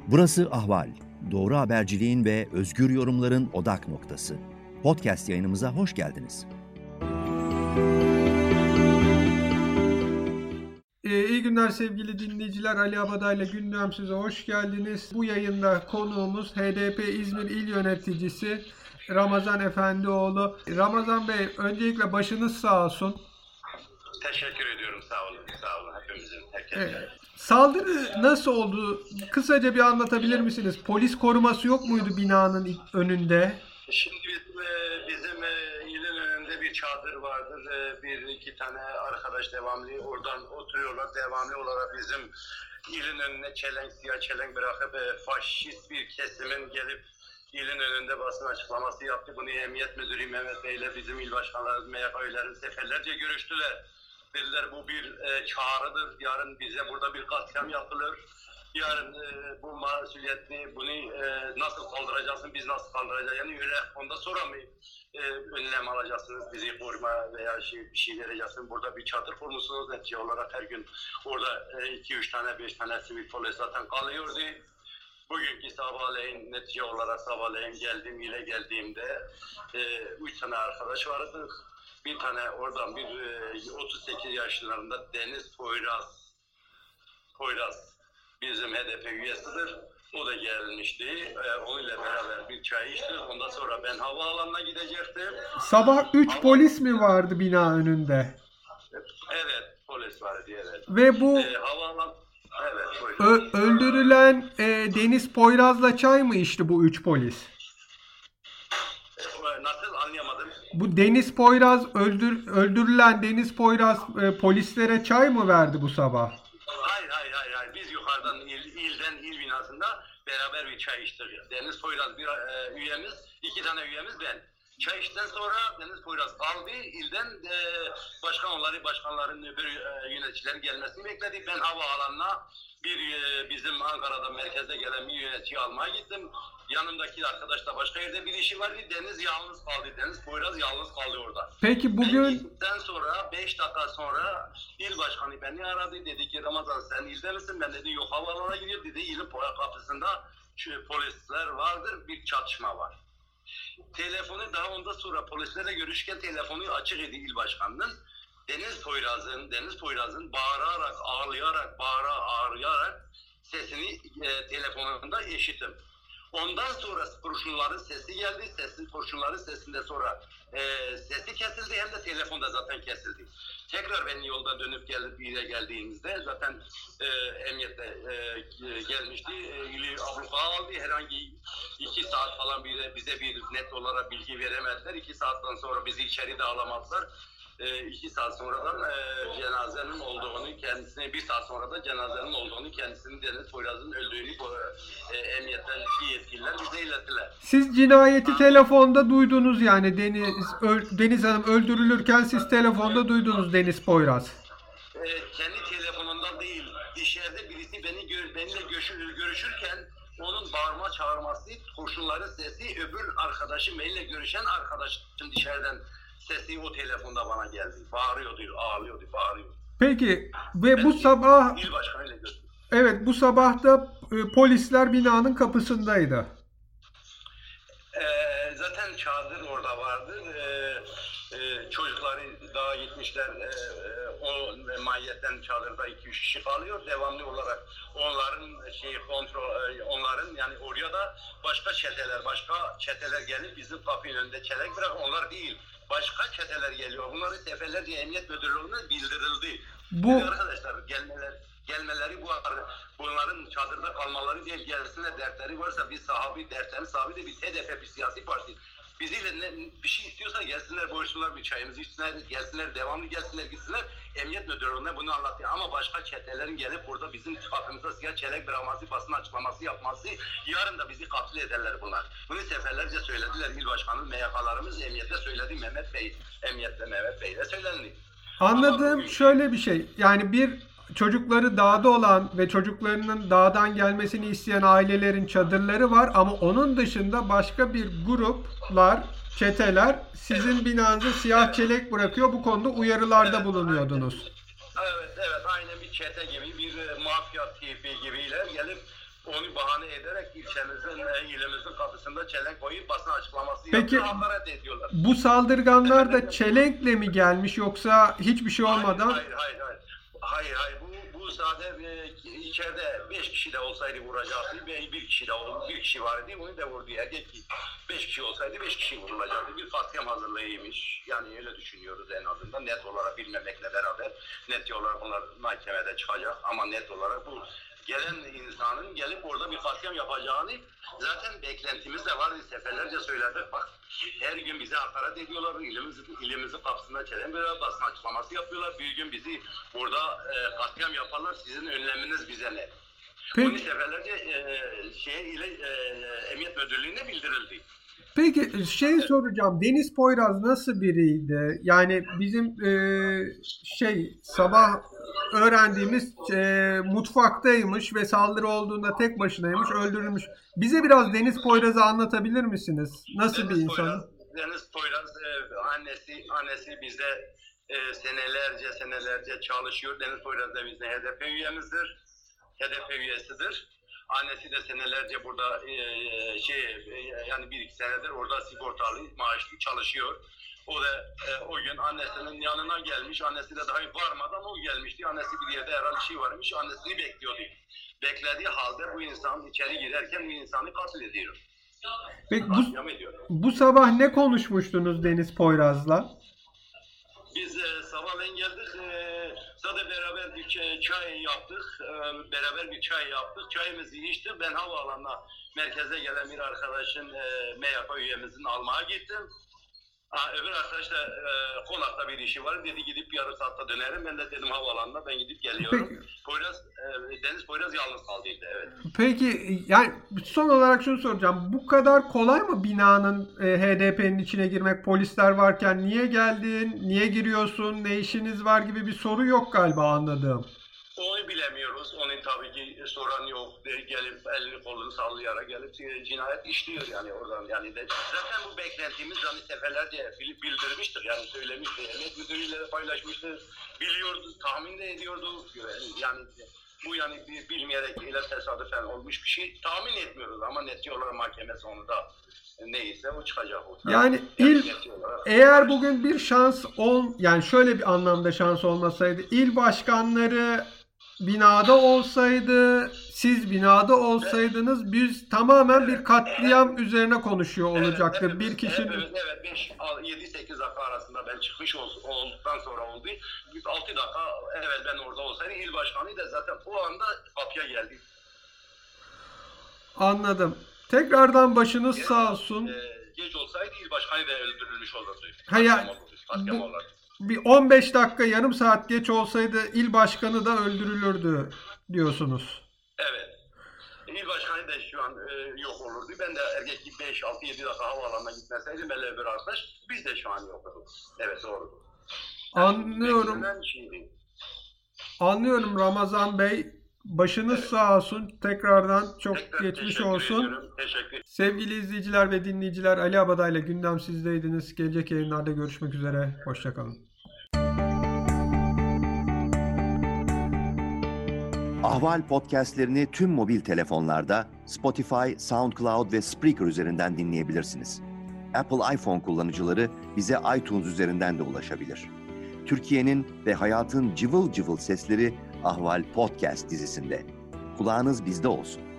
Burası Ahval. Doğru haberciliğin ve özgür yorumların odak noktası. Podcast yayınımıza hoş geldiniz. İyi günler sevgili dinleyiciler. Ali Abaday'la Gündem size hoş geldiniz. Bu yayında konuğumuz HDP İzmir İl Yöneticisi Ramazan Efendioğlu. Ramazan Bey, öncelikle başınız sağ olsun. Teşekkür ediyorum. Sağ olun. Sağ olun hepimizin. Herkese. Saldırı nasıl oldu? Kısaca bir anlatabilir misiniz? Polis koruması yok muydu binanın önünde? Şimdi bizim ilin önünde bir çadır vardır. Bir iki tane arkadaş devamlı oradan oturuyorlar. Devamlı olarak bizim ilin önüne siyah çelenk bırakıp faşist bir kesimin gelip ilin önünde basın açıklaması yaptı. Bunu Emniyet Müdürü Mehmet Bey ile bizim il başkanlarımız, MYK'lilerin seferlerce görüştüler. Dediler bu bir çağrıdır. Yarın bize burada bir katliam yapılır. Yarın bu masumiyetini, bunu nasıl kaldıracaksın, biz nasıl kaldıracağız? Yani öyle onda sonra mı önlem alacaksınız, bizi koruma veya bir şey vereceksiniz? Burada bir çadır kurmuşsunuz. Netice olarak her gün orada 2-3 tane, 5 tane sivil polis zaten kalıyordu. Bugünkü sabahleyin netice olarak ile geldiğimde 3 tane arkadaş vardı. Bir tane oradan bir 38 yaşlarında Deniz Poyraz bizim HDP üyesidir. O da gelmişti. Onunla beraber bir çay içtik. Ondan sonra ben havaalanına gidecektim. Sabah 3 polis mi vardı bina önünde? Evet, polis vardı. Evet. Ve bu evet, öldürülen Deniz Poyraz'la çay mı içti bu 3 polis? Nasıl anlayamadım? Bu Deniz Poyraz öldürülen Deniz Poyraz polislere çay mı verdi bu sabah? Hayır. Biz yukarıdan il binasında beraber bir çay içtik. Deniz Poyraz bir üyemiz, 2 tane üyemiz ben. Çay içten sonra Deniz Poyraz kaldı. İlden başkanların öbür yöneticilerin gelmesini bekledik. Ben havaalanına bizim Ankara'da merkezde gelen bir yönetici almaya gittim. Yanımdaki arkadaş da başka yerde bir işi vardı. Deniz yalnız kaldı. Deniz Poyraz yalnız kaldı orada. Peki bugün... Ben gittikten sonra 5 dakika sonra il başkanı beni aradı. Dedi ki Ramazan sen ilde misin? Ben dedi yok havaalanına gidiyor. Dedi ilin kapısında polisler vardır. Bir çatışma var. Telefonu daha ondan sonra polislerle görüşürken telefonu açık idi il başkanının. Deniz Poyraz'ın bağırarak, ağlayarak sesini telefonunda işittim. Ondan sonra kurşunların sesi geldi. Kurşunların sesinde sonra sesi kesildi hem de telefonda zaten kesildi. Tekrar ben yolda dönüp geldiğimizde zaten emniyette gelmişti. İli abluka aldı. Herhangi 2 saat falan bize bir net olarak bilgi veremediler. 2 saatten sonra bizi içeri de alamadılar. 2 saat sonradan cenazenin olduğunu kendisine 1 saat sonra da cenazenin olduğunu kendisinin Deniz Poyraz'ın öldüğünü emniyetten yetkililer bize ilettiler. Siz cinayeti telefonda duydunuz yani Deniz Hanım öldürülürken siz telefonda duydunuz Deniz Poyraz. Kendi telefonundan değil, dışarıda birisi benimle görüşürken onun bağırma çağırması, kurşunların sesi, öbür arkadaşım benimle görüşen arkadaşım dışarıdan sesi o telefonda bana geldi. Ağlıyordu. Peki ve bu sabah il başkanıyla görüştüm. Evet, bu sabah da polisler binanın kapısındaydı. Zaten çadır orada vardı. Çocukları daha gitmişler. O mahiyetten çadırda 2-3 kişi kalıyor. Devamlı olarak onların yani oraya da başka çeteler gelip bizim kapının önünde çelenk bırak. Onlar değil. Başka çeteler geliyor. Bunları seferlerce Emniyet Müdürlüğü'ne bildirildi. Arkadaşlar gelmeleri bunların çadırda kalmaları değil, gelsinler, dertleri varsa biz dertlerini sahibi de biz HDP bir siyasi parti. Biziyle bir şey istiyorsa gelsinler, buyursunlar bir çayımızı içsinler, devamlı gelsinler gitsinler. Emniyet Müdürlüğü'ne bunu anlattı. Ama başka çetelerin gelip burada bizim kapımıza siyah çelenk bırakması, basın açıklaması yapması, yarın da bizi katil ederler bunlar. Bunu seferlerce söylediler. İl Başkanı, MYK'larımız emniyette söyledi. Mehmet Bey'le söylendi. Anladığım şöyle bir şey. Yani çocukları dağda olan ve çocuklarının dağdan gelmesini isteyen ailelerin çadırları var ama onun dışında başka bir gruplar, çeteler sizin binanıza siyah çelenk bırakıyor. Bu konuda uyarılarda bulunuyordunuz. Evet, aynı bir çete gibi, bir mafya tipi gibiler gelip onu bahane ederek ilçemizin, ilimizin kapısında çelenk koyup basın açıklaması Peki, yapıyor, hakaret ediyorlar. Bu saldırganlar da çelenkle mi gelmiş yoksa hiçbir şey olmadan? Hayır. Bu sadece içeride 5 kişi de olsaydı vuracaktı. Bir kişi var idi. Onu da vurdu. Eğer ki 5 kişi olsaydı 5 kişi vurulacaktı. Bir katliam hazırlığıymış. Yani öyle düşünüyoruz en azından. Net olarak bilmemekle beraber net olarak bunlar mahkemede çıkacak. Ama net olarak bu gelen insanın gelip orada bir katliam yapacağını zaten beklentimiz de vardı. Seferlerce söyledik. Bak her gün bize hakaret ediyorlar. İlimizin kapısında çelen bir basın açıklaması yapıyorlar. Bir gün bizi burada katliam yaparlar. Sizin önleminiz bize ne? Bunu seferlerce Emniyet Müdürlüğü'ne bildirildi. Peki soracağım. Deniz Poyraz nasıl biriydi? Yani bizim sabah öğrendiğimiz mutfaktaymış ve saldırı olduğunda tek başınaymış, öldürülmüş. Bize biraz Deniz Poyraz'ı anlatabilir misiniz? Nasıl bir insan? Deniz Poyraz annesi bizde senelerce çalışıyor. Deniz Poyraz da bizde HDP üyemizdir. HDP üyesidir. Annesi de senelerce burada yani 1-2 senedir orada sigortalı, maaşlı çalışıyor. O da o gün annesinin yanına gelmiş. Annesi de daha varmadan o gelmişti. Annesi bir yerde herhalde şey varmış. Annesini bekliyordu. Beklediği halde bu insan içeri girerken bu insanı katil ediyor. Peki bu sabah ne konuşmuştunuz Deniz Poyraz'la? Biz sabahleyin geldik. Zaten beraber bir çay yaptık. Çayımızı içtik. Ben havaalanına merkeze gelen bir arkadaşın MYK üyemizin almaya gittim. Öbür arkadaş da konakta bir işi var. Dedi gidip yarım saatte dönerim. Ben de dedim havaalanına ben gidip geliyorum. Deniz Poyraz yalnız kaldıydı. Evet. Peki yani son olarak şunu soracağım. Bu kadar kolay mı binanın HDP'nin içine girmek? Polisler varken niye geldin? Niye giriyorsun? Ne işiniz var gibi bir soru yok galiba anladığım. Onu bilemiyoruz. Onu tabii ki soran yok. Gelip elini kolunu sallayarak gelip cinayet işliyor yani oradan. Yani de zaten bu beklentimiz hani seferlerce bildirmiştik. Yani söylemiştik. Emniyet müdürüyle paylaşmıştık. Biliyordu, tahmin de ediyordu. Yani bu yani bilmeyerek ile tesadüfen olmuş bir şey tahmin etmiyoruz ama netice olarak mahkeme sonunda neyse o çıkacak. Yani eğer bugün bir şans yani şöyle bir anlamda şans olmasaydı, il başkanları binada olsaydı, siz binada olsaydınız biz tamamen bir katliam üzerine konuşuyor olacaktık. Evet, bir kişinin... Evet, 7-8 dakika arasında ben çıkmış olduktan sonra oldu. 6 dakika evet ben orada olsaydım il başkanı da zaten o anda kapıya geldi. Anladım. Tekrardan başınız sağ olsun. Geç olsaydı il başkanı da öldürülmüş olurdu. Katliam olurdu. Bir 15 dakika yarım saat geç olsaydı il başkanı da öldürülürdü diyorsunuz. Evet. İl başkanı da şu an yok olurdu. Ben de erkek 5-6-7 dakika havaalanına gitmeseydim ben öbür arkadaş biz de şu an yok olurdu. Evet doğru. Anlıyorum. Anlıyorum Ramazan Bey. Başınız sağ olsun. Tekrardan çok geçmiş olsun. Sevgili izleyiciler ve dinleyiciler, Ali Abada ile Gündem Sizdeydiniz. Gelecek yayınlarda görüşmek üzere. Hoşça kalın. Ahval podcastlerini tüm mobil telefonlarda Spotify, SoundCloud ve Spreaker üzerinden dinleyebilirsiniz. Apple iPhone kullanıcıları bize iTunes üzerinden de ulaşabilir. Türkiye'nin ve hayatın cıvıl cıvıl sesleri Ahval Podcast dizisinde. Kulağınız bizde olsun.